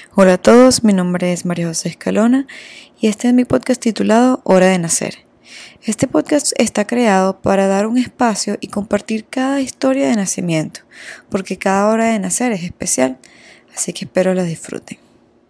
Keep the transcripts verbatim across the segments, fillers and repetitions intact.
Hola a todos, mi nombre es María José Escalona y este es mi podcast titulado Hora de Nacer. Este podcast está creado para dar un espacio y compartir cada historia de nacimiento, porque cada hora de nacer es especial, así que espero la disfruten.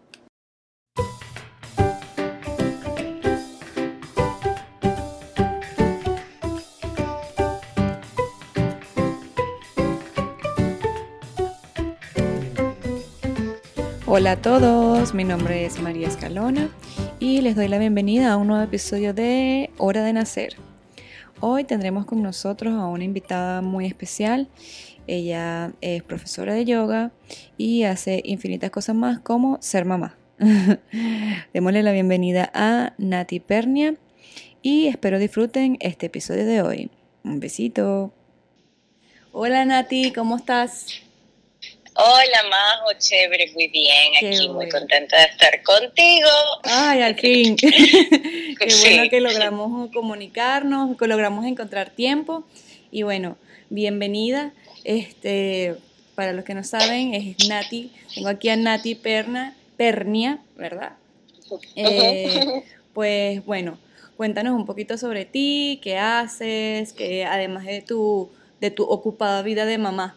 Hola a todos, mi nombre es María Escalona y les doy la bienvenida a un nuevo episodio de Hora de Nacer. Hoy tendremos con nosotros a una invitada muy especial. Ella es profesora de yoga y hace infinitas cosas más como ser mamá. Démosle la bienvenida a Nati Pernia y espero disfruten este episodio de hoy. Un besito. Hola Nati, ¿cómo estás? Hola Majo, chévere, muy bien, Qué aquí bueno. muy contenta de estar contigo. Ay, al fin. Qué Sí. bueno que logramos comunicarnos, que logramos encontrar tiempo. Y bueno, bienvenida. Este, para los que no saben, es Nati. Tengo aquí a Nati Perna, Pernia, ¿verdad? Eh, pues bueno, cuéntanos un poquito sobre ti, qué haces, que además de tu, de tu ocupada vida de mamá.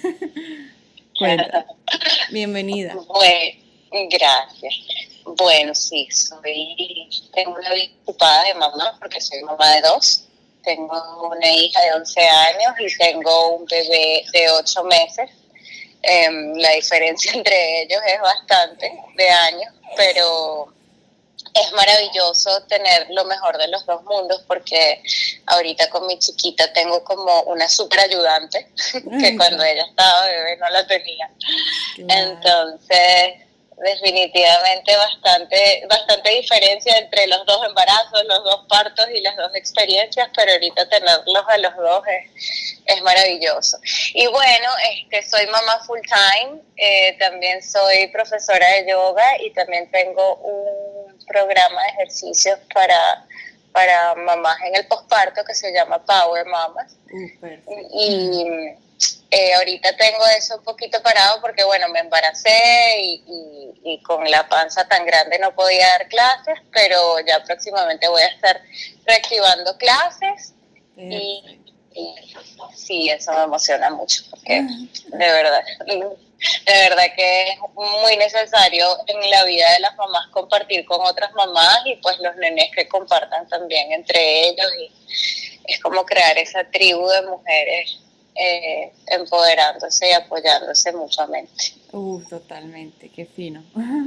Cuenta. Bienvenida. Bueno, gracias. Bueno, sí, soy, tengo una vida ocupada de mamá porque soy mamá de dos. Tengo una hija de once años y tengo un bebé de ocho meses. Eh, la diferencia entre ellos es bastante de años, pero es maravilloso tener lo mejor de los dos mundos porque ahorita con mi chiquita tengo como una super ayudante que cuando ella estaba bebé no la tenía. Claro. Entonces, definitivamente bastante, bastante diferencia entre los dos embarazos, los dos partos y las dos experiencias, pero ahorita tenerlos a los dos es, es maravilloso. Y bueno, este, soy mamá full time, eh, también soy profesora de yoga y también tengo un programa de ejercicios para, para mamás en el posparto que se llama Power Mamas. Uh, y eh, ahorita tengo eso un poquito parado porque bueno, me embaracé y, y, y con la panza tan grande no podía dar clases, pero ya próximamente voy a estar reactivando clases. y, y sí, eso me emociona mucho porque de verdad de verdad que es muy necesario en la vida de las mamás compartir con otras mamás y pues los nenes que compartan también entre ellos, y es como crear esa tribu de mujeres eh, empoderándose y apoyándose mutuamente. Uh, totalmente, qué fino.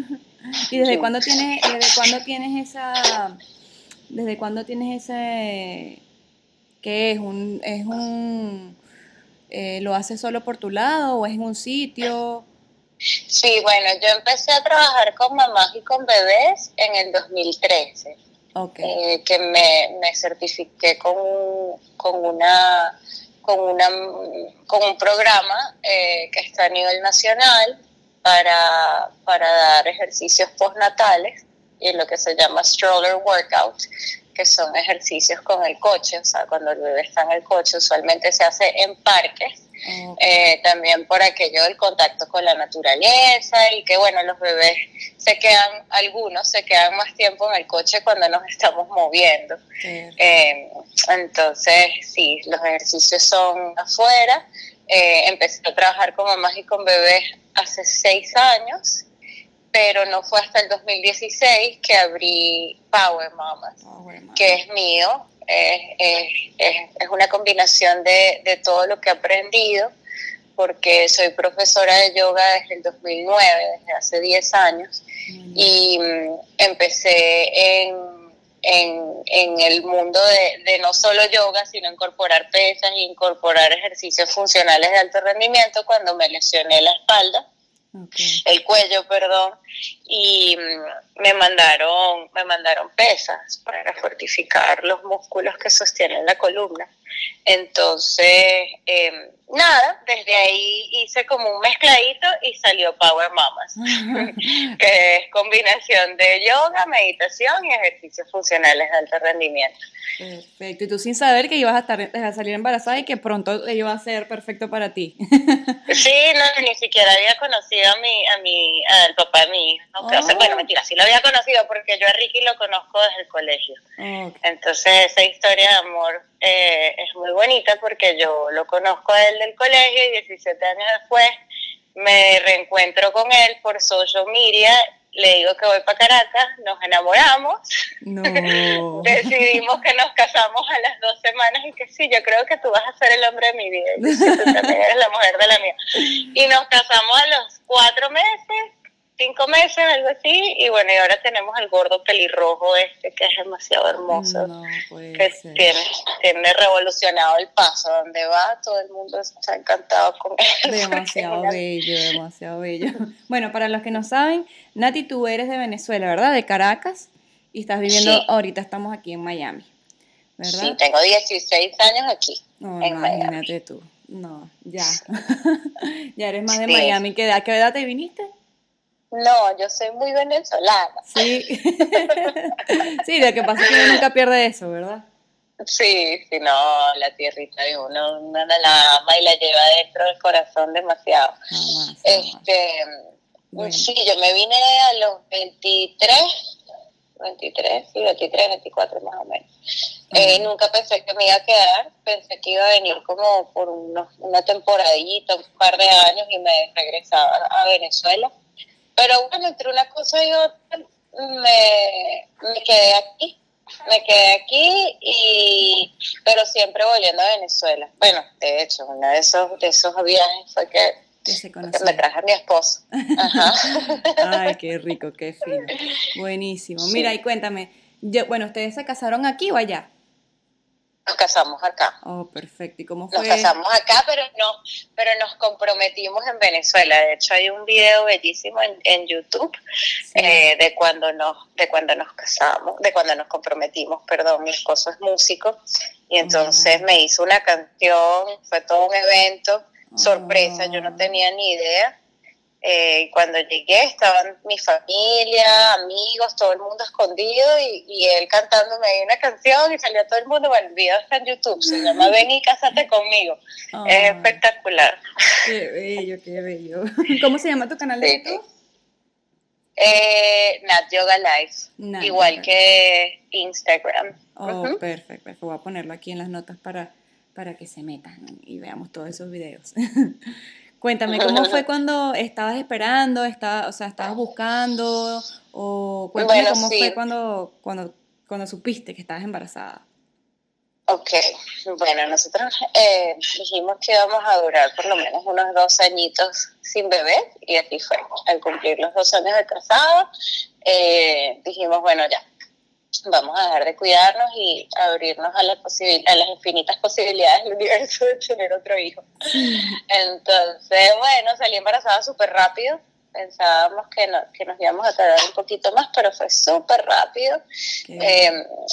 ¿Y desde sí. cuándo tienes, desde cuándo tienes esa, desde cuándo tienes ese, qué es un, es un, eh, lo haces solo por tu lado o es en un sitio? Sí, bueno, yo empecé a trabajar con mamás y con bebés en el dos mil trece. Okay. Eh, que me, me certifiqué con, con una con una con un programa eh, que está a nivel nacional para, para dar ejercicios postnatales y lo que se llama stroller workout, que son ejercicios con el coche, o sea, cuando el bebé está en el coche, usualmente se hace en parques. Okay. Eh, también por aquello del contacto con la naturaleza y que bueno, los bebés se quedan, algunos se quedan más tiempo en el coche cuando nos estamos moviendo. Sí. Eh, entonces sí, los ejercicios son afuera. Eh, empecé a trabajar con mamás y con bebés hace seis años, pero no fue hasta el dos mil dieciséis que abrí Power Mamas, Power Mamas. Que es mío. Es, es, es, es una combinación de, de todo lo que he aprendido, porque soy profesora de yoga desde el dos mil nueve, desde hace diez años, mm. y um, empecé en, en, en el mundo de, de no solo yoga, sino incorporar pesas e incorporar ejercicios funcionales de alto rendimiento cuando me lesioné la espalda. Okay. El cuello, perdón, y me mandaron, me mandaron pesas para fortificar los músculos que sostienen la columna. Entonces, eh, nada, desde ahí hice como un mezcladito y salió Power Mamas, que es combinación de yoga, meditación y ejercicios funcionales de alto rendimiento. Perfecto, y tú sin saber que ibas a, estar, a salir embarazada y que pronto iba a ser perfecto para ti. Sí, no, ni siquiera había conocido a mi, a mi, al papá de mi mi hijo. Oh. O sea, bueno, mentira, sí lo había conocido porque yo a Ricky lo conozco desde el colegio. Okay. Entonces esa historia de amor eh, es muy bonita porque yo lo conozco a él del colegio y diecisiete años después me reencuentro con él por social media. Le digo que voy para Caracas, nos enamoramos, no. Decidimos que nos casamos a las dos semanas y que sí, yo creo que tú vas a ser el hombre de mi vida y sí, tú también eres la mujer de la mía. Y nos casamos a los cuatro meses, cinco meses, algo así, y bueno, y ahora tenemos al gordo pelirrojo este que es demasiado hermoso, no, que ser. tiene, tiene revolucionado el paso, donde va todo el mundo está encantado con él. Demasiado bello, demasiado bello. Bueno, para los que no saben, Nati, tú eres de Venezuela, ¿verdad? De Caracas, y estás viviendo, sí. Ahorita estamos aquí en Miami, ¿verdad? Sí, tengo dieciséis años aquí, no, en imagínate Miami. tú, no, ya, ya eres más de sí. Miami. ¿Qué edad, ¿Qué edad te viniste? No, yo soy muy venezolana. Sí, sí, lo que pasa es que uno nunca pierde eso, ¿verdad? Sí, sí, no, la tierrita de uno, uno la ama y la lleva dentro del corazón demasiado. Jamás, jamás. Este, bueno. Sí, yo me vine a los veintitrés, veintitrés, sí, veintitrés, veinticuatro más o menos. Uh-huh. Eh, nunca pensé que me iba a quedar, pensé que iba a venir como por unos, una temporadita, un par de años y me regresaba a Venezuela. Pero bueno, entre una cosa y otra, me, me quedé aquí, me quedé aquí, y pero siempre volviendo a Venezuela. Bueno, de hecho, uno de esos, de esos viajes fue que, que, se que me traje a mi esposo. Ajá. Ay, qué rico, qué fino. Buenísimo. Sí. Mira, y cuéntame, yo, bueno, ¿ustedes se casaron aquí o allá? Nos casamos acá. Oh, perfecto. ¿Y cómo fue? Nos casamos acá, pero no, pero nos comprometimos en Venezuela. De hecho, hay un video bellísimo en, en YouTube, sí. eh, de cuando nos, de cuando nos casamos, de cuando nos comprometimos. Perdón, mi esposo es músico y entonces oh. me hizo una canción. Fue todo un evento, sorpresa. Oh. Yo no tenía ni idea. Eh, cuando llegué estaban mi familia, amigos, todo el mundo escondido y, y él cantándome ahí una canción y salió todo el mundo. Bueno, el video está en YouTube, se llama Ven y cásate conmigo. Oh, es espectacular. Qué bello, qué bello. ¿Cómo se llama tu canal de sí. YouTube? Eh, Nat Yoga Live, Nat igual Yoga. Que Instagram. Oh, uh-huh. perfecto, perfecto. Voy a ponerlo aquí en las notas para, para que se metan y veamos todos esos videos. Cuéntame, ¿cómo fue cuando estabas esperando, estaba, o sea, estabas buscando, o cuéntame bueno, cómo sí. fue cuando, cuando, cuando supiste que estabas embarazada? Ok, bueno, nosotros eh, dijimos que íbamos a durar por lo menos unos dos añitos sin bebé, y así fue. Al cumplir los dos años de casado, eh, dijimos, bueno, ya, vamos a dejar de cuidarnos y abrirnos a, la posibil- a las infinitas posibilidades del universo de tener otro hijo. Entonces, bueno, salí embarazada súper rápido. Pensábamos que, no, que nos íbamos a tardar un poquito más, pero fue súper rápido. Eh,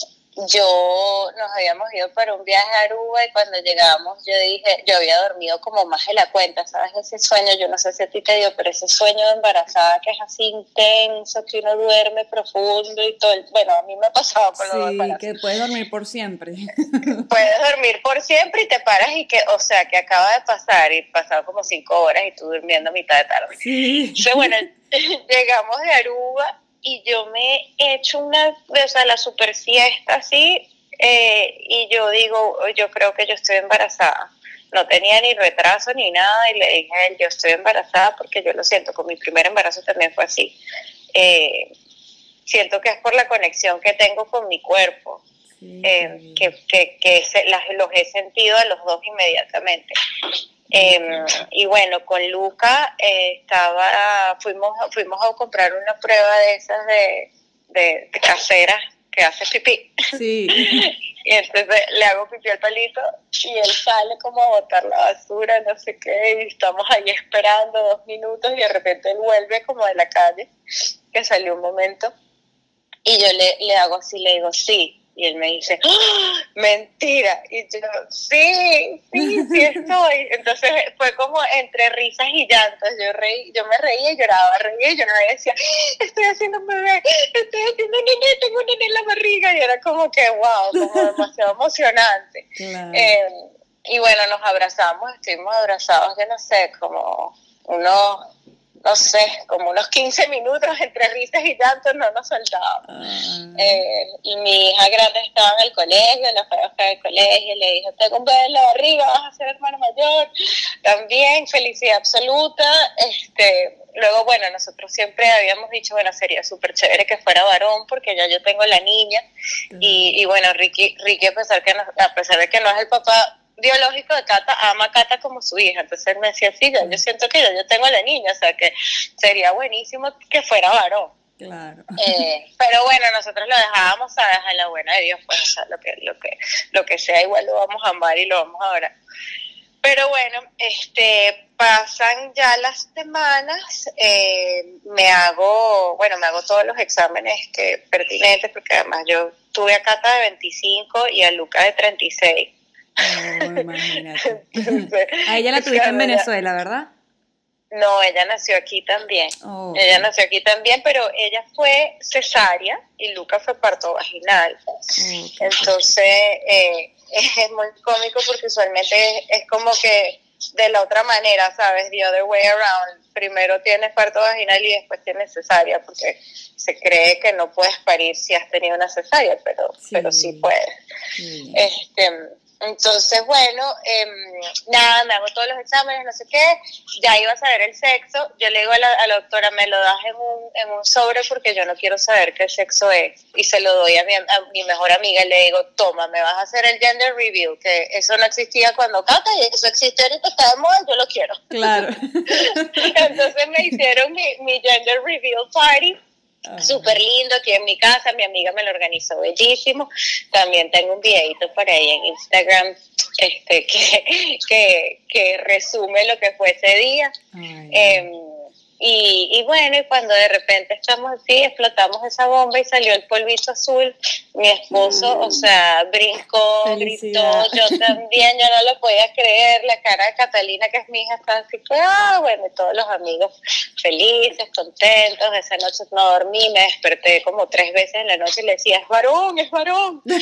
yo nos habíamos ido para un viaje a Aruba y cuando llegamos yo dije, yo había dormido como más de la cuenta, ¿sabes? Ese sueño, yo no sé si a ti te dio, pero ese sueño de embarazada que es así intenso, que uno duerme profundo y todo, el, bueno, a mí me ha pasado con sí, los embarazos. Sí, que puedes dormir por siempre. Puedes dormir por siempre y te paras y que, o sea, que acaba de pasar y pasado como cinco horas y tú durmiendo a mitad de tarde. Sí. Entonces, bueno, llegamos de Aruba y yo me he hecho una, o sea, la super siesta así, eh, y yo digo, yo creo que yo estoy embarazada. No tenía ni retraso ni nada y le dije a él, yo estoy embarazada porque yo lo siento, con mi primer embarazo también fue así. Eh, siento que es por la conexión que tengo con mi cuerpo, sí, eh, que, que, que se, las, los he sentido a los dos inmediatamente. Eh, y bueno, con Luca eh, estaba, fuimos, fuimos a comprar una prueba de esas de, de, de caseras que hace pipí. Sí. Y entonces le hago pipí al palito y él sale como a botar la basura, no sé qué, y estamos ahí esperando dos minutos y de repente él vuelve como de la calle, que salió un momento, y yo le, le hago así, le digo sí. Y él me dice, ¡oh, mentira! Y yo, sí, sí, sí estoy. Entonces fue como entre risas y llantos. Yo reí, yo me reía y lloraba, reía y lloraba y decía, estoy haciendo un bebé, estoy haciendo un nene, tengo un nene en la barriga. Y era como que, wow, como demasiado emocionante. Claro. Eh, y bueno, nos abrazamos, estuvimos abrazados, yo no sé, como unos, no sé, como unos quince minutos entre risas y llantos no nos soltábamos. Uh. Eh, y mi hija grande estaba en el colegio, la fue a buscar al colegio, le dijo, tengo un bebé en la barriga, vas a ser hermano mayor. También, felicidad absoluta. Este, luego, bueno, nosotros siempre habíamos dicho, bueno, sería súper chévere que fuera varón, porque ya yo tengo la niña. Uh. Y, y bueno, Ricky, Ricky a pesar, que no, a pesar de que no es el papá biológico de Cata, ama a Cata como su hija. Entonces él me decía, sí, yo, yo siento que yo, yo tengo a la niña, o sea que sería buenísimo que fuera varón. Claro. Eh, pero bueno, nosotros lo dejábamos, ¿sabes? A la buena de Dios, pues, o sea, lo que, lo que, lo que sea, igual lo vamos a amar y lo vamos a adorar. Pero bueno, este, pasan ya las semanas, eh, me hago, bueno, me hago todos los exámenes que pertinentes, porque además yo tuve a Cata de veinticinco y a Luca de treinta y seis. Oh, imagínate. Entonces, a ella la tuviste en Venezuela, ¿verdad? No, ella nació aquí también. Oh, okay. Ella nació aquí también, pero ella fue cesárea y Luca fue parto vaginal. Okay. Entonces, eh, es muy cómico porque usualmente es, es como que de la otra manera, ¿sabes? The other way around. Primero tienes parto vaginal y después tienes cesárea, porque se cree que no puedes parir si has tenido una cesárea, pero sí, pero sí puedes. Sí. Este... Entonces, bueno, eh, nada, me hago todos los exámenes, no sé qué, ya iba a saber el sexo, yo le digo a la, a la doctora, me lo das en un, en un sobre porque yo no quiero saber qué sexo es, y se lo doy a mi, a mi mejor amiga y le digo, toma, me vas a hacer el gender reveal, que eso no existía cuando Cata, y eso existe ahorita, está de moda, yo lo quiero. Claro. Entonces me hicieron mi, mi gender reveal party. Uh-huh. Súper lindo, aquí en mi casa, mi amiga me lo organizó bellísimo. También tengo un videito por ahí en Instagram este, que, que, que resume lo que fue ese día. Uh-huh. eh, y, y bueno, y cuando de repente estamos así, explotamos esa bomba y salió el polvito azul, mi esposo, uh-huh. o sea, brincó, Felicidad. Gritó, yo también, yo no lo podía creer, la cara de Catalina, que es mi hija, está así que, ah, bueno, y todos los amigos felices, contentos. Esa noche no dormí, me desperté como tres veces en la noche y le decía, es varón, es varón. y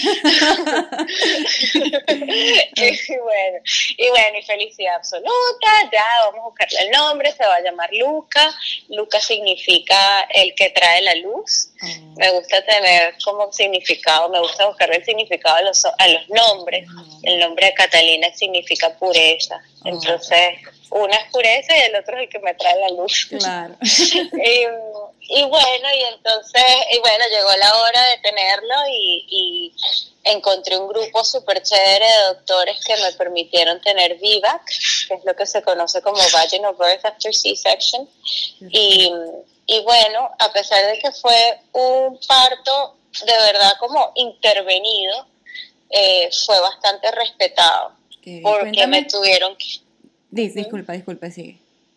bueno, y bueno, y felicidad absoluta, ya vamos a buscarle el nombre, se va a llamar Luca. Luca significa el que trae la luz. Oh. Me gusta tener como significado, me gusta buscarle el significado a los, a los nombres. Oh. El nombre de Catalina significa pureza. Oh. Entonces, una es pureza y el otro es el que me trae la luz. Claro. y, y bueno, y entonces, y bueno, llegó la hora de tenerlo y, y encontré un grupo súper chévere de doctores que me permitieron tener V BAC, que es lo que se conoce como Vaginal Birth After C-Section. Y, y bueno, a pesar de que fue un parto de verdad como intervenido, eh, fue bastante respetado. Okay. Porque Cuéntame. me tuvieron que... Dis, disculpa, disculpa, sigue.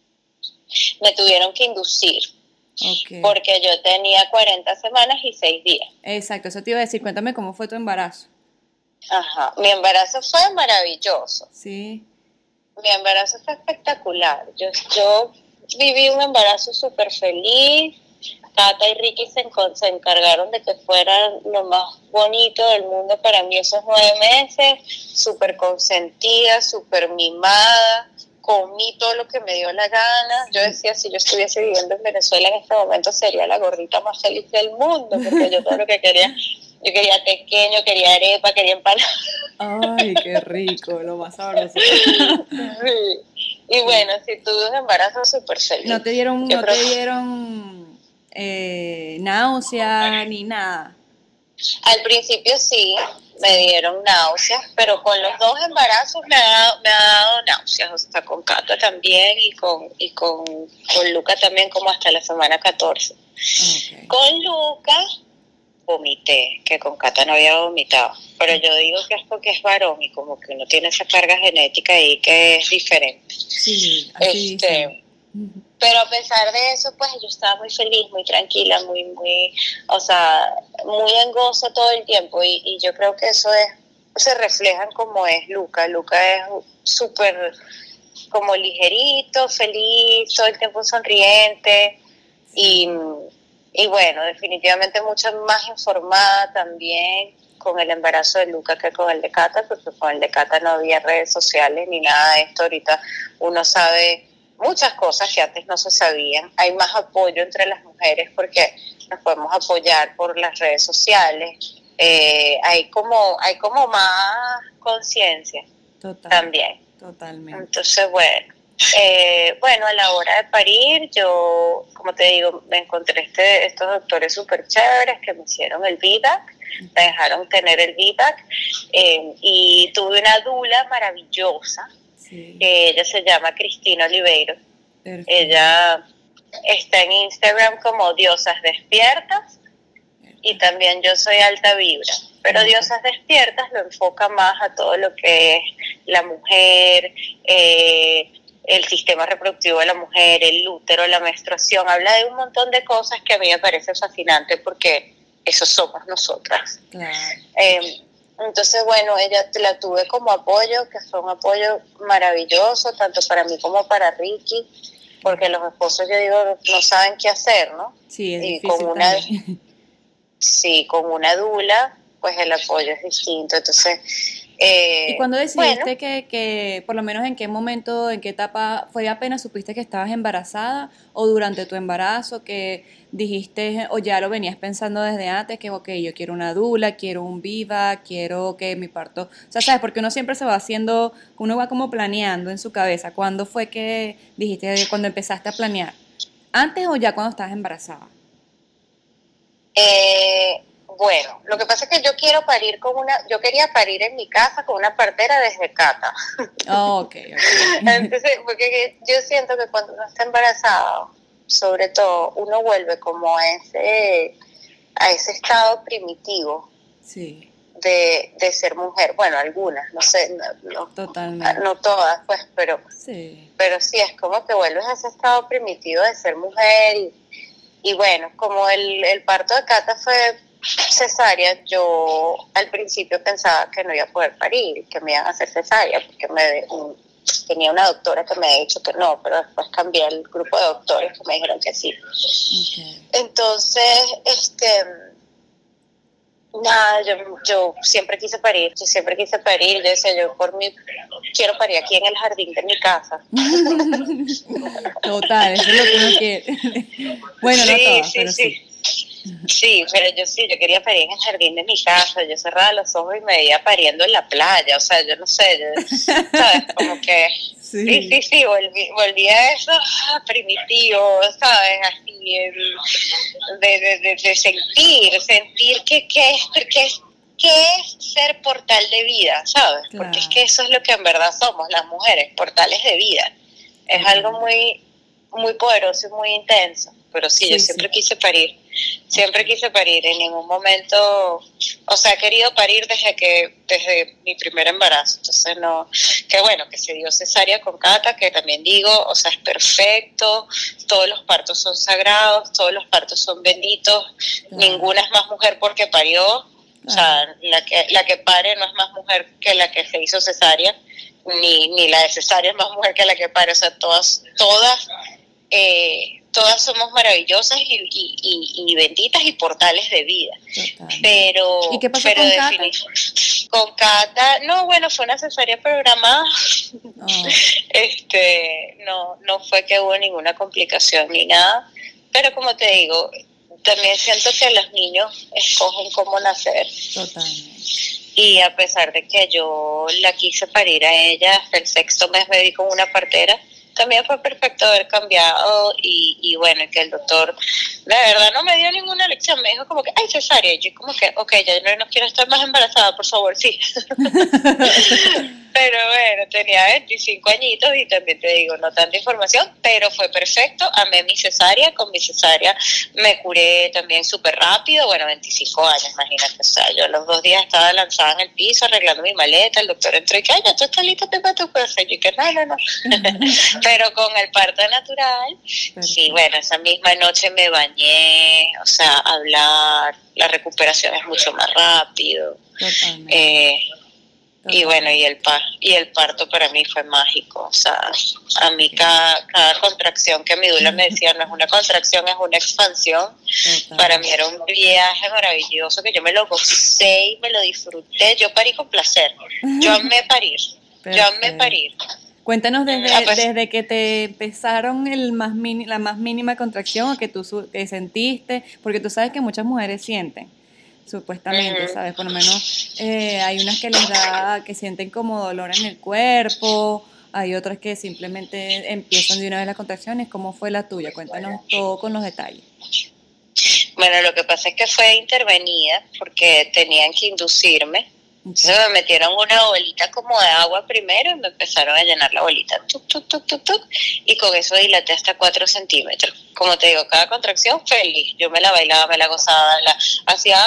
Me tuvieron que inducir. Okay. Porque yo tenía cuarenta semanas y seis días. Exacto, eso te iba a decir. Cuéntame cómo fue tu embarazo. Ajá, mi embarazo fue maravilloso. Sí. Mi embarazo fue espectacular. Yo, yo viví un embarazo súper feliz. Cata y Ricky se, se encargaron de que fuera lo más bonito del mundo para mí esos nueve meses. Súper consentida, súper mimada. Comí todo lo que me dio la gana. Yo decía, si yo estuviese viviendo en Venezuela en este momento, sería la gordita más feliz del mundo, porque yo todo lo que quería, yo quería tequeño, quería arepa, quería empanada. Ay, qué rico, lo más sabroso. Sí. Y bueno, sí, tuve un embarazo súper feliz. ¿No te dieron, no te dieron eh, náusea ni nada? Al principio sí, me dieron náuseas, pero con los dos embarazos me ha dado, me ha dado náuseas, o sea, con Cata también y con y con, con Luca también, como hasta la semana catorce. Okay. Con Luca vomité, que con Cata no había vomitado, pero yo digo que es porque es varón y como que uno tiene esa carga genética ahí que es diferente. Sí, así este, sí. Pero a pesar de eso, pues yo estaba muy feliz, muy tranquila, muy, muy, o sea, muy en gozo todo el tiempo. Y, y yo creo que eso es, se refleja en cómo es Luca. Luca es súper como ligerito, feliz, todo el tiempo sonriente. Y, y bueno, definitivamente mucho más informada también con el embarazo de Luca que con el de Cata, porque con el de Cata no había redes sociales ni nada de esto. Ahorita uno sabe muchas cosas que antes no se sabían. Hay más apoyo entre las mujeres porque nos podemos apoyar por las redes sociales. Eh, hay como hay como más conciencia también. Totalmente. Entonces, bueno, eh, bueno, a la hora de parir, yo, como te digo, me encontré este, estos doctores súper chéveres que me hicieron el V B A C, me dejaron tener el V B A C, eh, y tuve una dula maravillosa. Sí. Eh, ella se llama Cristina Oliveiro. Perfecto. Ella está en Instagram como Diosas Despiertas. Y también Yo Soy Alta Vibra, pero Diosas Despiertas lo enfoca más a todo lo que es la mujer, eh, el sistema reproductivo de la mujer, el útero, la menstruación. Habla de un montón de cosas que a mí me parece fascinante porque eso somos nosotras. Claro. Eh, entonces, bueno, ella la tuve como apoyo, que fue un apoyo maravilloso, tanto para mí como para Ricky, porque los esposos, yo digo, no saben qué hacer, ¿no? Sí, es y difícil con una también. Sí, con una dula, pues el apoyo es distinto. Entonces, eh, ¿y cuando decidiste bueno, que, que, por lo menos en qué momento, en qué etapa, fue apenas supiste que estabas embarazada o durante tu embarazo que dijiste o ya lo venías pensando desde antes que, ok, yo quiero una dula, quiero un viva, quiero que mi parto, o sea, ¿sabes? Porque uno siempre se va haciendo, uno va como planeando en su cabeza. ¿Cuándo fue que dijiste, cuando empezaste a planear? ¿Antes o ya cuando estabas embarazada? Eh, bueno, lo que pasa es que yo quiero parir con una, yo quería parir en mi casa con una partera desde Cata. Oh, okay, okay. Entonces, porque yo siento que cuando uno está embarazado, sobre todo, uno vuelve como a ese, a ese estado primitivo. Sí. De, de ser mujer, bueno, algunas, no sé, no, no, Totalmente. no todas, pues, pero sí. pero sí, es como que vuelves a ese estado primitivo de ser mujer y, y bueno, como el, el parto de Cata fue cesárea, yo al principio pensaba que no iba a poder parir, que me iban a hacer cesárea, porque me, un, tenía una doctora que me había dicho que no, pero después cambié el grupo de doctores que me dijeron que sí. Okay. Entonces, este... Nada, yo, yo siempre quise parir, yo siempre quise parir, yo decía, yo por mí quiero parir aquí en el jardín de mi casa. Total, eso es lo que uno quiere. Bueno, sí, no todas, sí, pero sí. sí. Sí, pero yo sí, yo quería parir en el jardín de mi casa, yo cerraba los ojos y me veía pariendo en la playa, o sea, yo no sé, yo, ¿sabes? Como que, sí, sí, sí, sí volví, volví a eso ah, primitivo, ¿sabes? Así, de, de, de, de sentir, sentir que, que, es, que, es, que es ser portal de vida, ¿sabes? Claro. Porque es que eso es lo que en verdad somos las mujeres, portales de vida. Es uh-huh. algo muy, muy poderoso y muy intenso. Pero sí, sí yo siempre sí. quise parir, siempre quise parir, en ningún momento, o sea, he querido parir desde que, desde mi primer embarazo, entonces no, que bueno, que se dio cesárea con Cata, que también digo, o sea, es perfecto, todos los partos son sagrados, todos los partos son benditos, claro. ninguna es más mujer porque parió, claro. o sea, la que, la que pare no es más mujer que la que se hizo cesárea, ni, ni la de cesárea es más mujer que la que pare, o sea, todas, todas, eh, todas somos maravillosas y, y, y, y benditas y portales de vida. Total. Pero, ¿y qué pasó pero con Cata? Con Cata, no, bueno, fue una cesárea programada. Oh. Este, no, no fue que hubo ninguna complicación ni nada. Pero como te digo, también siento que los niños escogen cómo nacer. Totalmente. Y a pesar de que yo la quise parir a ella, hasta el sexto mes me vi con una partera, también fue perfecto haber cambiado y, y bueno, que el doctor, la verdad, no me dio ninguna lección, me dijo como que, ay, cesárea, y yo como que, ok, ya no, no quiero estar más embarazada, por favor, sí. Pero bueno, tenía veinticinco añitos y también te digo, no tanta información, pero fue perfecto, amé mi cesárea, con mi cesárea me curé también súper rápido, bueno, veinticinco años, imagínate, o sea, yo a los dos días estaba lanzada en el piso arreglando mi maleta, el doctor entró y que, ay, ya tú estás lista para tu cosa, y yo que no, no, no. Pero con el parto natural, perfecto. Sí, bueno, esa misma noche me bañé, o sea, hablar, la recuperación es mucho más rápido. Totalmente. Eh, Y bueno, y el, pa y el parto para mí fue mágico, o sea, a mí cada, cada contracción que mi dula me decía, no es una contracción, es una expansión, total. Para mí era un viaje maravilloso, que yo me lo gocé y me lo disfruté, yo parí con placer, yo amé parir, yo amé parir. Cuéntanos desde, Ah, pues, desde que te empezaron el más mini, la más mínima contracción o que tú su- que sentiste, porque tú sabes que muchas mujeres sienten, supuestamente, ujú. ¿sabes? Por lo menos eh, hay unas que les da, que sienten como dolor en el cuerpo, hay otras que simplemente empiezan de una vez las contracciones. ¿Cómo fue la tuya? Cuéntanos todo con los detalles. Bueno, lo que pasa es que fue intervenida porque tenían que inducirme. Okay. Entonces me metieron una bolita como de agua primero y me empezaron a llenar la bolita, tuc, tuc, tuc, tuc, tuc, y con eso dilaté hasta cuatro centímetros. Como te digo, cada contracción feliz. Yo me la bailaba, me la gozaba, la hacía...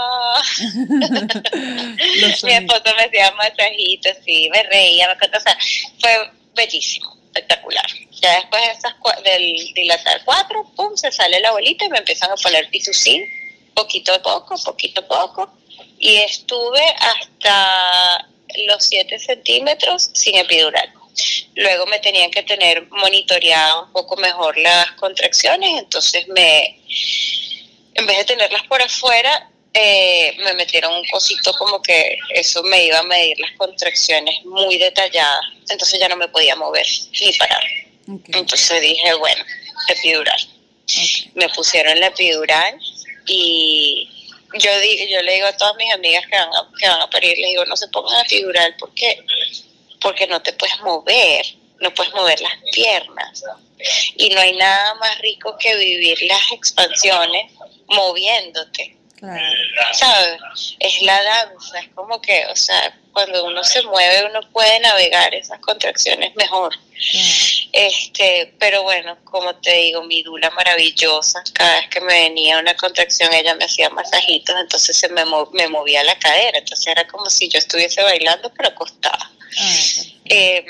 Mi esposo me hacía masajitos, sí, me reía, me contaba, o sea, fue bellísimo, espectacular. Ya después de esas, del dilatar cuatro, pum, se sale la bolita y me empiezan a poner Pitocin, poquito a poco, poquito a poco, y estuve hasta los siete centímetros sin epidural. Luego me tenían que tener monitoreada un poco mejor las contracciones, entonces me, en vez de tenerlas por afuera, eh, me metieron un cosito como que eso me iba a medir las contracciones muy detalladas, entonces ya no me podía mover ni parar. Okay. Entonces dije, bueno, epidural. Okay. Me pusieron la epidural y yo digo, yo le digo a todas mis amigas que van a, que van a parir, les digo, no se pongan epidural porque, porque no te puedes mover, no puedes mover las piernas. Y no hay nada más rico que vivir las expansiones moviéndote. Claro. ¿Sabes? Es la danza, es como que, o sea, cuando uno se mueve uno puede navegar esas contracciones mejor. Claro. Este, pero bueno, como te digo, mi dula maravillosa, cada vez que me venía una contracción ella me hacía masajitos, entonces se me, mov- me movía la cadera, entonces era como si yo estuviese bailando pero acostada. Ah, eh,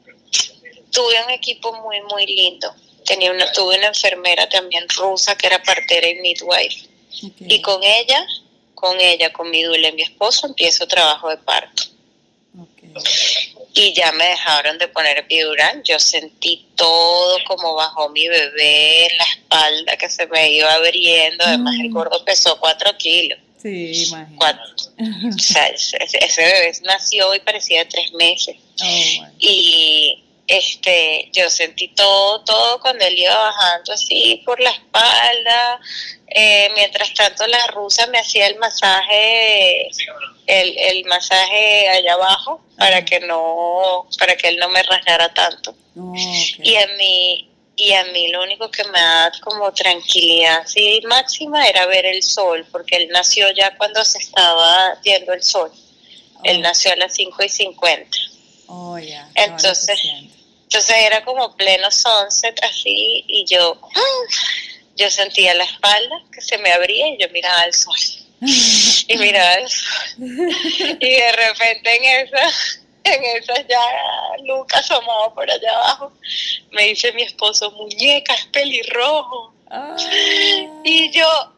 tuve un equipo muy muy lindo, tenía una, tuve una enfermera también rusa que era partera y midwife. Okay. Y con ella, con ella, con mi dula y mi esposo, empiezo trabajo de parto. Okay. Y ya me dejaron de poner epidural. Yo sentí todo como bajó mi bebé en la espalda, que se me iba abriendo. Además, mm. el gordo pesó cuatro kilos. Sí, imagínate. Cuatro. O sea, ese, ese bebé nació y parecía de tres meses. Oh, y... Este, yo sentí todo, todo cuando él iba bajando así por la espalda, eh, mientras tanto la rusa me hacía el masaje, el, el masaje allá abajo, para que no, para que él no me rasgara tanto. Oh, okay. Y a mí, y a mí lo único que me da como tranquilidad así máxima era ver el sol, porque él nació ya cuando se estaba yendo el sol. Oh. Él nació a las cinco y cincuenta. Oh, yeah. Entonces, entonces era como pleno sunset así y yo, yo sentía la espalda que se me abría y yo miraba al sol. Y miraba al sol. Y de repente en esa, en esa ya Lucas asomado por allá abajo, me dice mi esposo, muñeca, es pelirrojo. Ah. Y yo...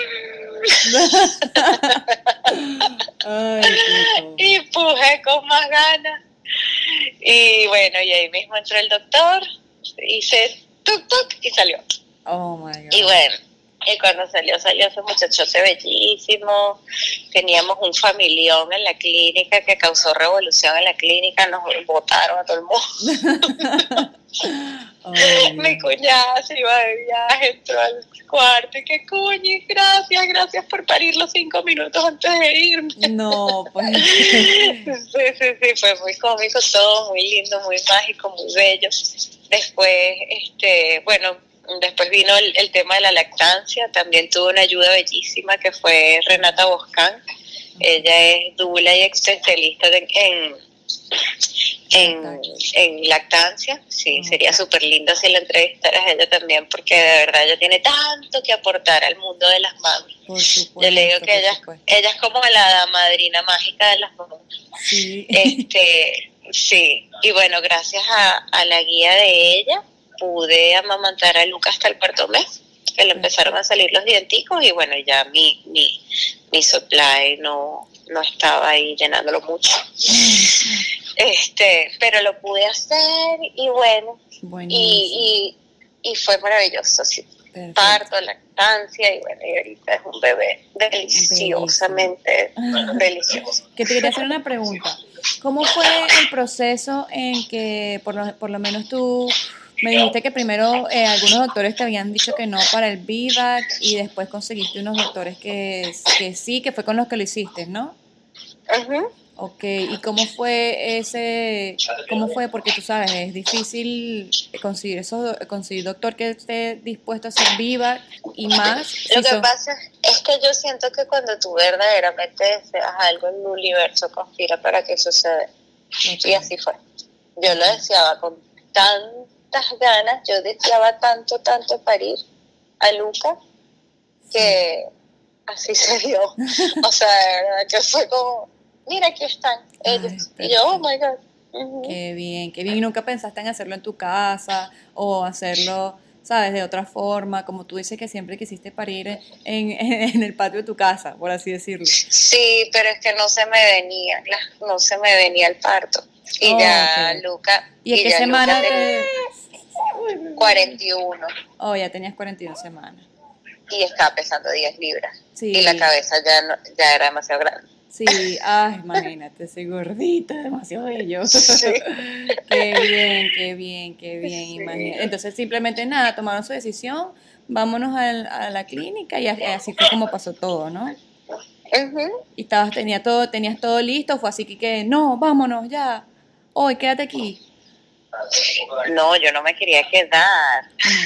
Ay, y pujé con más ganas. Y bueno, y ahí mismo entró el doctor, hice tuk tuk y salió. Oh my God. Y bueno, y cuando salió, salió ese muchachote bellísimo. Teníamos un familión en la clínica que causó revolución en la clínica, nos botaron a todo el mundo. Oh, mi cuñada se iba de viaje, entró al cuarto y que coño, gracias, gracias por parirlo cinco minutos antes de irme. No, pues. Sí, sí, sí, fue muy cómico todo, muy lindo, muy mágico, muy bello. Después, este, bueno, después vino el, el tema de la lactancia, también tuvo una ayuda bellísima que fue Renata Boscán. Ella es dula y especialista en, en En, en lactancia, sí, okay. Sería súper lindo si la entrevistaras a ella también, porque de verdad ella tiene tanto que aportar al mundo de las mamis. Por supuesto, yo le digo que ella, ella es como la madrina mágica de las mamis. Sí. Este, sí, y bueno, gracias a, a la guía de ella, pude amamantar a Lucas hasta el cuarto mes, que le empezaron a salir los dienticos, y bueno, ya mi, mi, mi supply no, no estaba ahí llenándolo mucho. Este, pero lo pude hacer y bueno, y, y, y fue maravilloso, sí. Perfecto. Parto, lactancia, y bueno, y ahorita es un bebé deliciosamente Bellísimo. delicioso. Que te quería hacer una pregunta. ¿Cómo fue el proceso en que, por lo, por lo menos tú me dijiste que primero eh, algunos doctores te habían dicho que no para el V B A C y después conseguiste unos doctores que, que sí, que fue con los que lo hiciste, ¿no? Uh-huh. Ok, ¿y cómo fue ese, cómo fue? Porque tú sabes, es difícil conseguir esos, conseguir doctor que esté dispuesto a hacer V B A C y más. Lo si que son... pasa es que yo siento que cuando tú verdaderamente deseas algo, el universo conspira para que suceda. Okay. Y así fue. Yo lo deseaba con tantas ganas, yo deseaba tanto, tanto parir a Luca, que así se dio. O sea, de verdad que fue como, mira, aquí están ellos. Ay, y yo, oh my God. Uh-huh. Qué bien, qué bien. ¿Y nunca pensaste en hacerlo en tu casa o hacerlo, sabes, de otra forma? Como tú dices que siempre quisiste parir en, en, en el patio de tu casa, por así decirlo. Sí, pero es que no se me venía, no se me venía el parto. Y oh, ya okay. Luca... ¿Y en y qué ya semana Luca te...? cuarenta y uno. Oh, ya tenías cuarenta y una semanas. Y estaba pesando diez libras. Sí. Y la cabeza ya, no, ya era demasiado grande. Sí, ay, imagínate, ese gordito, demasiado bello. Sí. Qué bien, qué bien, qué bien, sí. Imagínate. Entonces simplemente nada, tomaron su decisión, vámonos al, a la clínica y así fue como pasó todo, ¿no? Uh-huh. Y estabas, tenía todo, tenías todo listo, fue así que, que no, vámonos ya, hoy quédate aquí. No, yo no me quería quedar.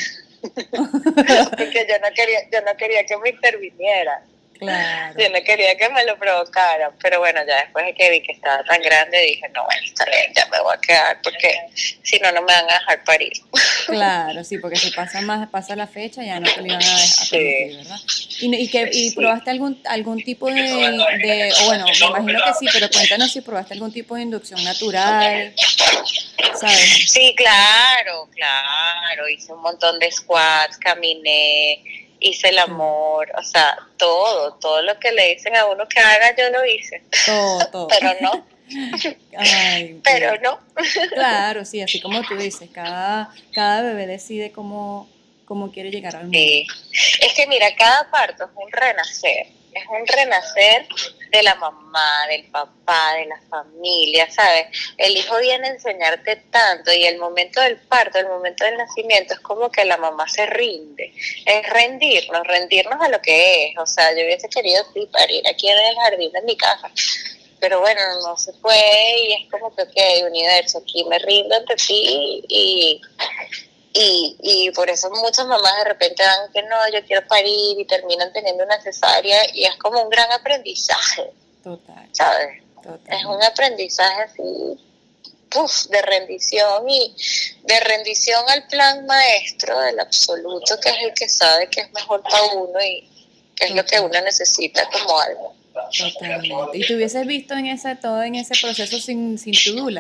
Porque yo no quería, yo no quería que me interviniera. Claro. Yo no quería que me lo provocaran, pero bueno, ya después de que vi que estaba tan grande, dije, no, bueno, está bien, ya me voy a quedar, porque si no, no me van a dejar parir. Claro, sí, porque si pasa más, pasa la fecha, ya no te lo iban a dejar permitir, sí. ¿Verdad? ¿Y, y, que, y sí. probaste algún algún tipo de, de, o bueno, me imagino que sí, pero cuéntanos si probaste algún tipo de inducción natural, ¿sabes? Sí, claro, claro, hice un montón de squats, caminé, hice el amor, o sea, todo, todo lo que le dicen a uno que haga, yo lo hice. Todo, todo. Pero no. Ay, pero bien. No. Claro, sí, así como tú dices, cada, cada bebé decide cómo, cómo quiere llegar al mundo. Sí, es que mira, cada parto es un renacer, es un renacer de la mamá, del papá, de la familia, ¿sabes? El hijo viene a enseñarte tanto y el momento del parto, el momento del nacimiento es como que la mamá se rinde, es rendirnos, rendirnos a lo que es, o sea, yo hubiese querido sí, parir aquí en el jardín de mi casa, pero bueno, no se fue y es como que, ok, universo, aquí me rindo ante ti y... Y, y por eso muchas mamás de repente van que no, yo quiero parir y terminan teniendo una cesárea y es como un gran aprendizaje. Total. ¿Sabes? Total. Es un aprendizaje así, puff, de rendición y de rendición al plan maestro del absoluto, que es el que sabe que es mejor para uno y que es Total. Lo que uno necesita como algo. Totalmente. ¿Y te hubieses visto en ese, todo en ese proceso sin, sin tu dula?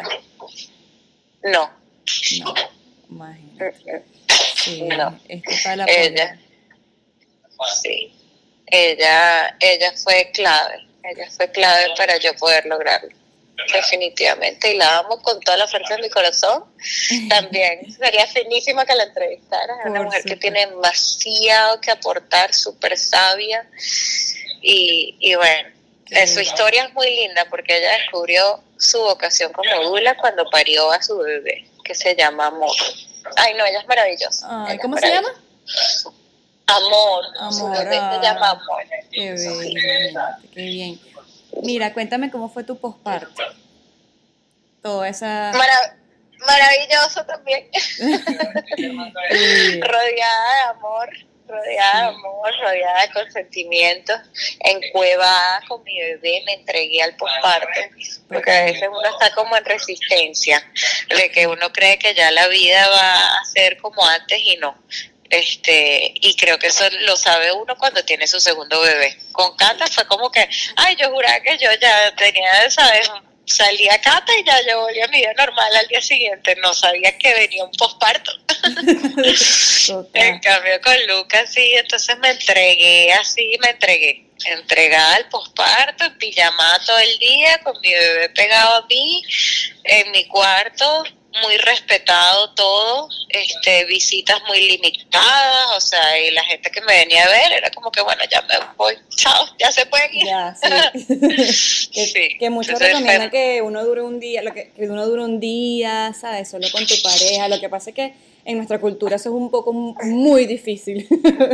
No. No. Imagínate. Sí, no. Es total la ella, sí, ella, ella fue clave, ella fue clave para yo poder lograrlo, definitivamente, y la amo con toda la fuerza de mi corazón. También sería finísima que la entrevistara, es una mujer supuesto. Que tiene demasiado que aportar, súper sabia, y, y bueno, eh, su historia es muy linda porque ella descubrió su vocación como dula cuando parió a su bebé, que se llama Amor. Ay, no, ella es maravillosa. Ay, ella ¿cómo es se llama? Amor. Amor. Su bebé ah, se llama Amor. Qué bien, imagínate, qué bien. Mira, cuéntame cómo fue tu posparto. Toda esa... Marav- maravilloso también. Rodeada de amor, rodeada de amor, rodeada de consentimientos, encuevada con mi bebé, me entregué al posparto, porque a veces uno está como en resistencia, de que uno cree que ya la vida va a ser como antes y no. Este, y creo que eso lo sabe uno cuando tiene su segundo bebé. Con Cata fue como que, ay, yo juraba que yo ya tenía, ¿sabes? Salí a Cata y ya yo volví a mi vida normal al día siguiente, no sabía que venía un posparto. En cambio con Lucas sí, entonces me entregué así, me entregué, entregada al posparto, en pijama todo el día, con mi bebé pegado a mí, en mi cuarto, muy respetado todo, este, visitas muy limitadas, o sea, y la gente que me venía a ver era como que, bueno, ya me voy, chao, ya se pueden ir. Ya, sí. que, Sí, que muchos entonces recomiendan fue, que uno dure un día, lo que, que uno dure un día, ¿sabes? Solo con tu pareja. Lo que pasa es que en nuestra cultura eso es un poco mu- muy difícil.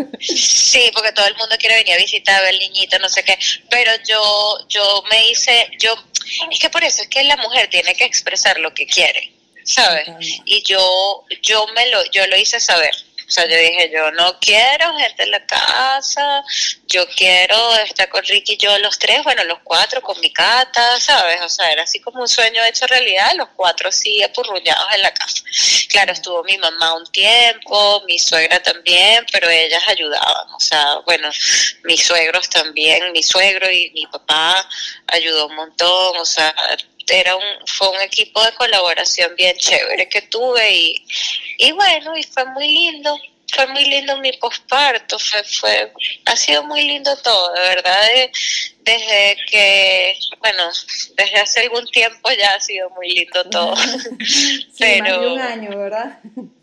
sí, porque todo el mundo quiere venir a visitar, ver el niñito, no sé qué, pero yo, yo me hice, yo, es que por eso es que la mujer tiene que expresar lo que quiere, ¿sabes? Totalmente. Y yo, yo me lo, yo lo hice saber. O sea, yo dije, yo no quiero gente en la casa, yo quiero estar con Ricky y yo los tres, bueno, los cuatro con mi cata, ¿sabes? O sea, era así como un sueño hecho realidad, los cuatro así apurruñados en la casa. Claro, estuvo mi mamá un tiempo, mi suegra también, pero ellas ayudaban, o sea, bueno, mis suegros también, mi suegro y mi papá ayudó un montón, o sea, era un, fue un equipo de colaboración bien chévere que tuve y, y bueno, y fue muy lindo, fue muy lindo mi posparto, fue, fue, ha sido muy lindo todo, de verdad, de, desde que, bueno, desde hace algún tiempo ya ha sido muy lindo todo, Sí, más de un pero año, ¿verdad?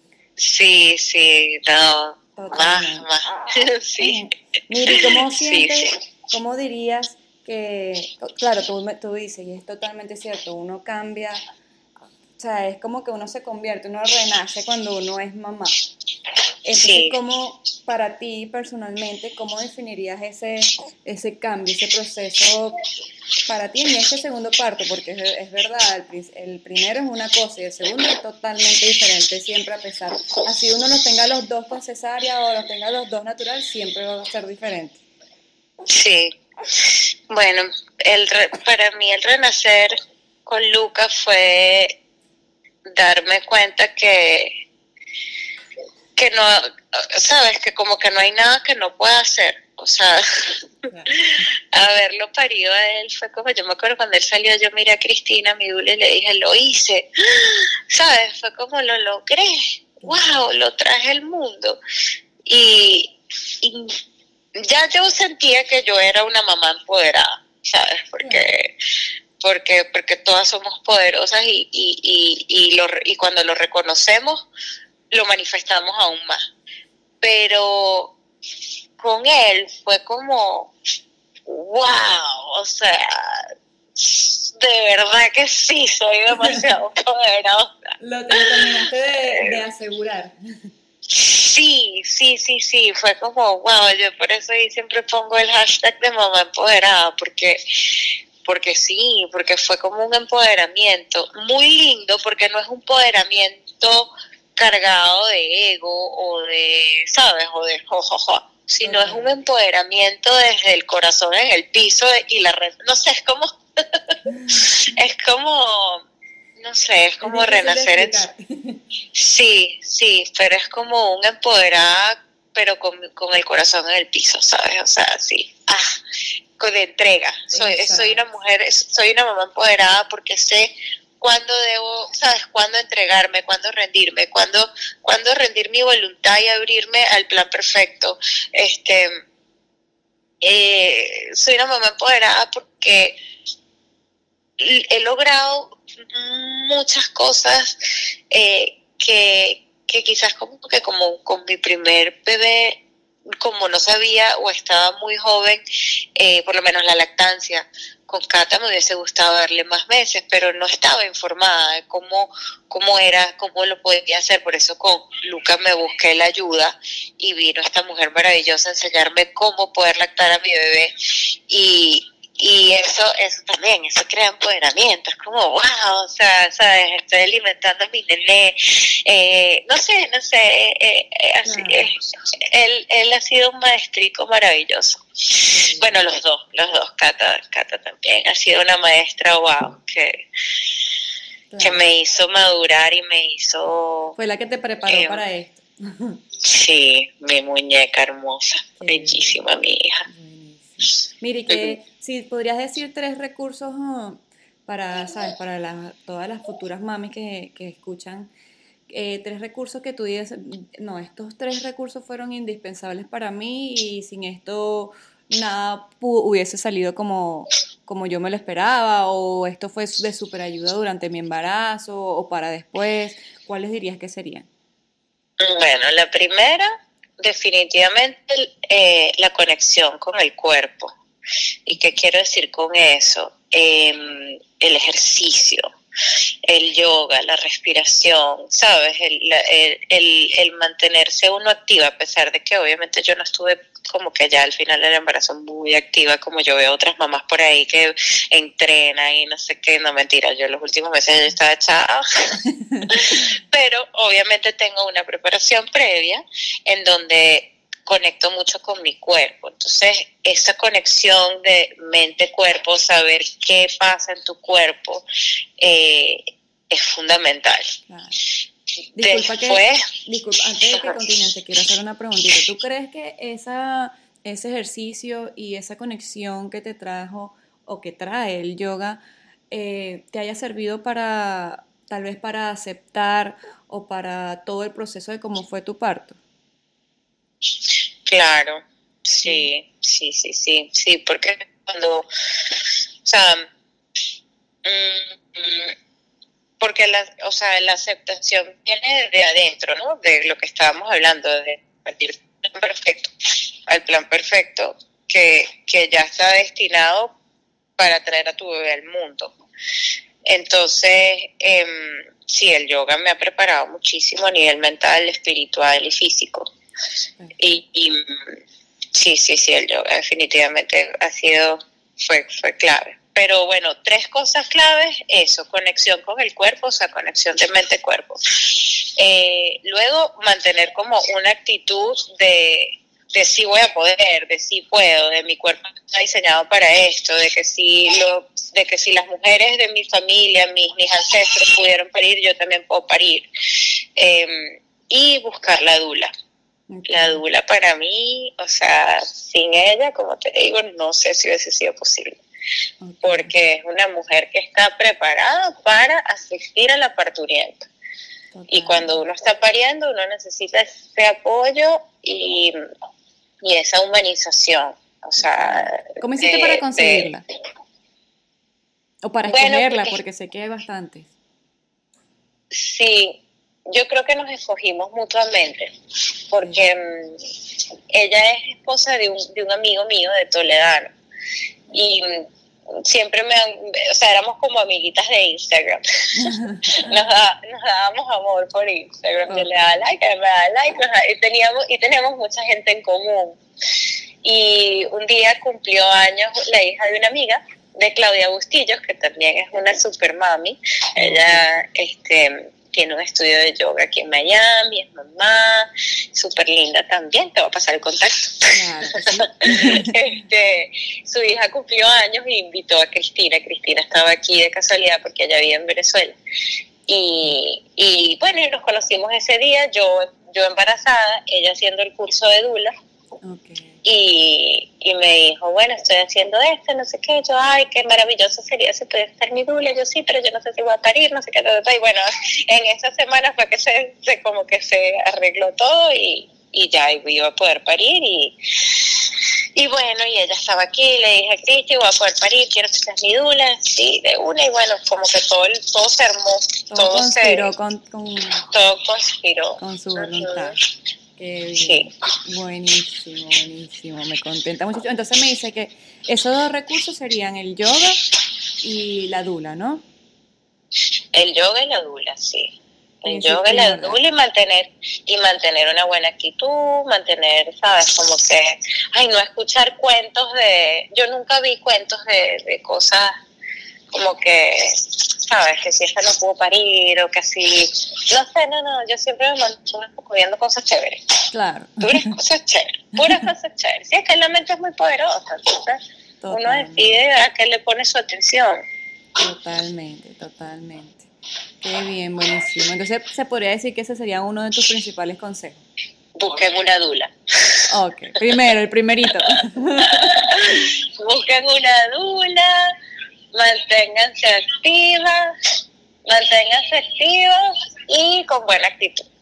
sí, sí, no, más, Totalmente. más, sí, Miri, ¿cómo sí, sientes, sí, cómo dirías que, claro, tú, me- tú dices, y es totalmente cierto, uno cambia, o sea, es como que uno se convierte, uno renace cuando uno es mamá. Entonces, sí. ¿cómo, para ti personalmente, cómo definirías ese, ese cambio, ese proceso para ti en este segundo parto? Porque es, es verdad, el, pri- el primero es una cosa y el segundo es totalmente diferente, siempre a pesar, así uno los tenga los dos con cesárea o los tenga los dos natural, siempre va a ser diferente. Sí, bueno, el re- para mí el renacer con Luca fue darme cuenta que, que no, sabes, que como que no hay nada que no pueda hacer. O sea, Claro. haberlo parido a él fue como, yo me acuerdo cuando él salió, yo miré a Cristina, mi dula, y le dije, lo hice. ¿Sabes? Fue como lo logré. ¡Wow! Lo traje al mundo. Y, y ya yo sentía que yo era una mamá empoderada, ¿sabes? Claro. Porque porque porque todas somos poderosas y y y, y, lo, y cuando lo reconocemos lo manifestamos aún más. Pero con él fue como wow, o sea, de verdad que sí, soy demasiado poderosa. Lo, lo terminaste de, de asegurar. Sí, sí, sí, sí, fue como, wow, yo por eso ahí siempre pongo el hashtag de mamá empoderada, porque, porque sí, porque fue como un empoderamiento muy lindo, porque no es un empoderamiento cargado de ego o de, ¿sabes? O de jojojo, sino es un Total. empoderamiento desde el corazón en el piso y la red, no sé, es como, es como, no sé, es Es como difícil de renacer en. explicar. Sí, sí, pero es como un empoderada, pero con, con el corazón en el piso, ¿sabes? O sea, sí, ah, con entrega. Soy, soy una Exacto. mujer, soy una mamá empoderada porque sé cuándo debo, ¿sabes? Cuándo entregarme, cuándo rendirme, cuándo, cuándo rendir mi voluntad y abrirme al plan perfecto. Este, eh, soy una mamá empoderada porque he logrado muchas cosas eh, que, que quizás como que como con mi primer bebé, como no sabía o estaba muy joven, eh, por lo menos la lactancia, con Cata me hubiese gustado darle más meses, pero no estaba informada de cómo, cómo era, cómo lo podía hacer. Por eso con Luca me busqué la ayuda y vino esta mujer maravillosa a enseñarme cómo poder lactar a mi bebé. Y, y eso, eso también, eso crea empoderamiento, es como, wow, o sea, sabes, estoy alimentando a mi nené, eh, no sé, no sé, eh, eh, así, Claro. eh, él, él ha sido un maestrico maravilloso. Bueno, los dos, los dos, Cata, Cata también ha sido una maestra, wow, que, que Claro. me hizo madurar y me hizo, Fue la que te preparó eh, para esto. sí, mi muñeca hermosa, Qué bien. bellísima mi hija. Buenísimo. Mire, que si podrías decir tres recursos ah, para, ¿sabes? Para la- todas las futuras mamis que, que escuchan, eh, tres recursos que tú dices, no, estos tres recursos fueron indispensables para mí y sin esto nada pu- hubiese salido como, como yo me lo esperaba, o esto fue de super ayuda durante mi embarazo o para después. ¿Cuáles dirías que serían? Bueno, la primera, definitivamente, eh, la conexión con el cuerpo. ¿Y qué quiero decir con eso? Eh, el ejercicio, el yoga, la respiración, ¿sabes? El, el, el, el mantenerse uno activa, a pesar de que obviamente yo no estuve como que ya al final del embarazo muy activa, como yo veo otras mamás por ahí que entrenan y no sé qué, no mentira, yo los últimos meses yo estaba echada, pero obviamente tengo una preparación previa en donde conecto mucho con mi cuerpo. Entonces, esa conexión de mente-cuerpo, saber qué pasa en tu cuerpo, eh, es fundamental. Claro. Disculpa Después, que, disculpa, antes de que continúes, te quiero hacer una preguntita. ¿Tú crees que esa, ese ejercicio y esa conexión que te trajo o que trae el yoga eh, te haya servido para, tal vez para aceptar o para todo el proceso de cómo fue tu parto? claro, Sí. sí, sí, sí, sí, sí, porque cuando, o sea, mm, mm, porque la, o sea, la aceptación viene de adentro, ¿no? De lo que estábamos hablando, de partir del plan perfecto al plan perfecto que, que ya está destinado para traer a tu bebé al mundo. Entonces, eh, sí, el yoga me ha preparado muchísimo a nivel mental, espiritual y físico. Y, y sí, sí, sí, el yoga definitivamente ha sido, fue, fue clave. Pero bueno, tres cosas claves, eso, conexión con el cuerpo, o sea, conexión de mente-cuerpo. Eh, luego, mantener como una actitud de, de sí voy a poder, de sí puedo, de mi cuerpo está diseñado para esto, de que si, lo, de que si las mujeres de mi familia, mis, mis ancestros pudieron parir, yo también puedo parir. Eh, y buscar la dula. Okay. La dula para mí, o sea, sin ella, como te digo, no sé si hubiese sido posible. Okay. Porque es una mujer que está preparada para asistir a la parturienta. Total. Y cuando uno está pariendo, uno necesita ese apoyo y, y esa humanización. O sea, ¿cómo hiciste de, para conseguirla? De, o para bueno, escogerla, porque, porque sé que hay bastantes. Sí, yo creo que nos escogimos mutuamente, porque um, ella es esposa de un, de un amigo mío de Toledano. Y siempre me, o sea, éramos como amiguitas de Instagram. nos, da, nos dábamos amor por Instagram. Okay. Yo le daba like, él me daba like, y teníamos, y teníamos mucha gente en común. Y un día cumplió años la hija de una amiga, de Claudia Bustillos, que también es una super mami. Ella, este... tiene un estudio de yoga aquí en Miami, es mamá, súper linda también, te voy a pasar el contacto. Claro, sí. este, su hija cumplió años y invitó a Cristina, Cristina estaba aquí de casualidad porque ella vive en Venezuela. Y, y bueno, y nos conocimos ese día, yo, yo embarazada, ella haciendo el curso de Dula. Okay. Y, y me dijo, bueno, estoy haciendo esto, no sé qué. Yo, ay, qué maravilloso sería si pudiera ser mi dula. Yo, sí, pero yo no sé si voy a parir, no sé qué. Y bueno, en esa semana fue que se, se como que se arregló todo y, y ya iba a poder parir. Y, y bueno, y ella estaba aquí, le dije, Cristi, voy a poder parir, quiero que seas mi dula. Sí, de una. Y bueno, como que todo, todo se armó. Todo, todo conspiró se, con, con, todo conspiró. Con su voluntad. Uh-huh. Qué bien. Sí. Buenísimo, buenísimo, me contenta mucho. Entonces me dice que esos dos recursos serían el yoga y la dula, ¿no? El yoga y la dula, sí. El yoga y la dula y mantener, y mantener una buena actitud, mantener, ¿sabes? Como que, ay, no escuchar cuentos de, yo nunca vi cuentos de, de cosas como que, ¿sabes? Que si esta no pudo parir o que así, no sé, no, no, yo siempre me mantuve viendo cosas chéveres. Claro. Puras cosas chéveres, puras cosas chéveres. Sí, es que la mente es muy poderosa, entonces totalmente. Uno decide a qué le pone su atención. Totalmente, totalmente. Qué bien, buenísimo. Entonces, se podría decir que ese sería uno de tus principales consejos. Busquen una dula. Ok, primero, el primerito. Busquen una dula, manténganse activas, manténganse activas y con buena actitud.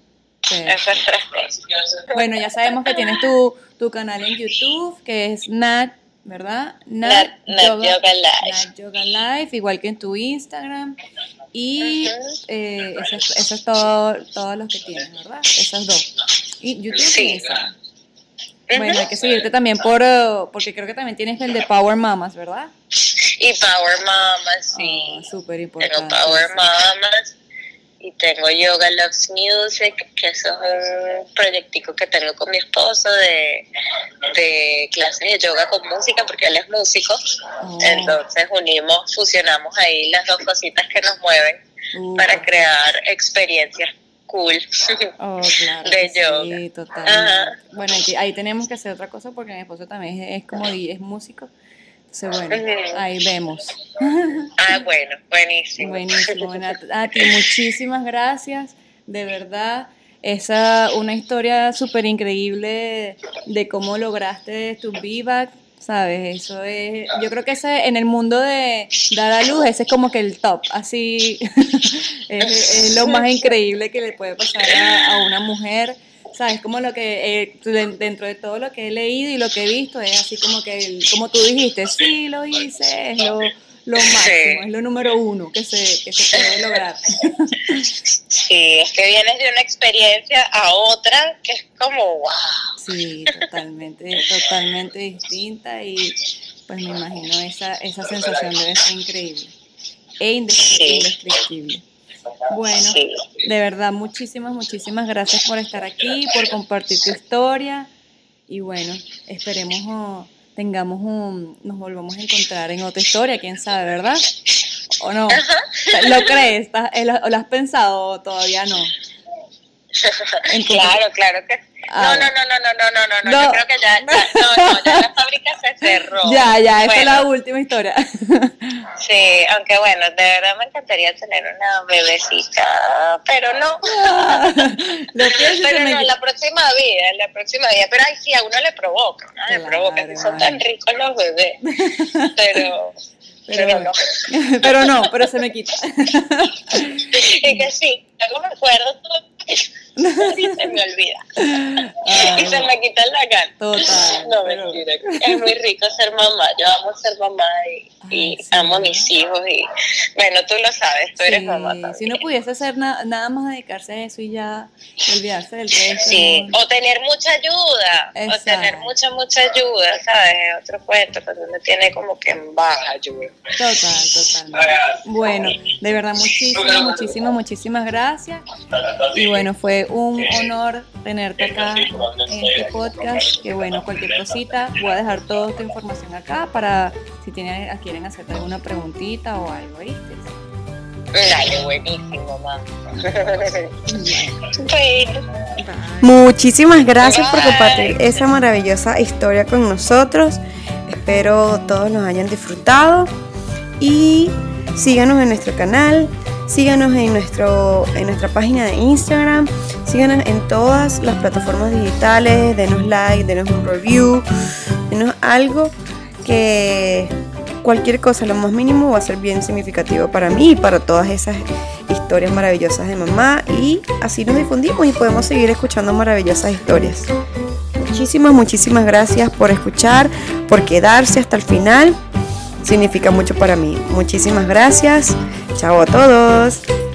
Esas tres cosas. Bueno, ya sabemos que tienes tu, tu canal en YouTube, que es Nat, ¿verdad? Nat, Nat Yoga, Yoga Live. Nat Yoga Live, igual que en tu Instagram. Y uh-huh. eh, eso, es, eso es todo, todo lo que tienes, ¿verdad? Esas dos. Y YouTube sí. Y Instagram. Uh-huh. Bueno, hay que seguirte también por, uh, porque creo que también tienes el de Power Mamas, ¿verdad? Y Power Mamas, sí. Oh, súper importante. Tengo Power Mamas. Y tengo Yoga Loves Music, que eso es un proyectico que tengo con mi esposo de, de clases de yoga con música, porque él es músico. Oh. Entonces unimos, fusionamos ahí las dos cositas que nos mueven uh. para crear experiencias cool oh, claro, de yoga. Sí, totalmente. Bueno, ahí, ahí tenemos que hacer otra cosa porque mi esposo también es, es como es músico. Entonces, bueno, uh-huh. ahí vemos. Ah, bueno, buenísimo. Buenísimo. Bueno, a, a ti muchísimas gracias, de verdad. Esa una historia súper increíble de, de cómo lograste tu V BAC, ¿sabes? Eso es, yo creo que ese en el mundo de dar a luz, ese es como que el top, así es, es lo más increíble que le puede pasar a, a una mujer. ¿Sabes? Como lo que, eh, dentro de todo lo que he leído y lo que he visto, es así como que, el, como tú dijiste, sí, lo hice, es lo, lo máximo, sí. Es lo número uno que se, que se puede lograr. Sí, es que vienes de una experiencia a otra que es como, wow. Sí, totalmente, totalmente distinta y pues me imagino esa, esa sensación debe ser increíble e indescriptible. Sí. Bueno, sí. De verdad, muchísimas, muchísimas gracias por estar aquí, por compartir tu historia y bueno, esperemos oh, tengamos un, nos volvamos a encontrar en otra historia, quién sabe, ¿verdad? ¿O no? Ajá. ¿Lo crees? ¿O lo has pensado o todavía no? Claro, claro que ah, no, no, no, no, no, no, no, no, no, yo creo que ya, ya, no, no, ya la fábrica se cerró. Ya, ya, esa bueno, es la última historia. Sí, aunque bueno, de verdad me encantaría tener una bebecita, pero no. Ah, lo pero no, me... la próxima vida, la próxima vida, pero ay, sí, a uno le provoca, ¿no? Claro, le provoca, que son tan ricos los bebés, pero... Pero, pero no. Pero no, pero se me quita. Y que sí, luego me acuerdo todo y se me olvida. Ah, y se me quita la gana. Total. No, pero... mentira. Es muy rico ser mamá. Yo amo ser mamá y, Ay, y sí, amo a mis hijos. Y bueno, tú lo sabes, tú sí, eres mamá también. Si uno pudiese hacer na- nada más dedicarse a eso y ya olvidarse del resto. Sí, ¿no? O tener mucha ayuda. Exacto. O tener mucha, mucha ayuda, ¿sabes? Otro cuento, cuando uno tiene como que en baja ayuda. Total, total. Bueno, de verdad, muchísimas, muchísimas, muchísimas gracias. Y bueno, fue un honor tenerte acá en este podcast. Que bueno, cualquier cosita, voy a dejar toda esta información acá para si tienen, quieren hacerte alguna preguntita o algo, ¿viste? Dale, buenísimo, mamá. Muchísimas gracias por compartir esa maravillosa historia con nosotros. Espero todos nos hayan disfrutado y síganos en nuestro canal, síganos en, nuestro, en nuestra página de Instagram, síganos en todas las plataformas digitales, denos like, denos un review, denos algo que cualquier cosa, lo más mínimo, va a ser bien significativo para mí y para todas esas historias maravillosas de mamá y así nos difundimos y podemos seguir escuchando maravillosas historias. Muchísimas, muchísimas gracias por escuchar, por quedarse hasta el final. Significa mucho para mí. Muchísimas gracias. Chao a todos.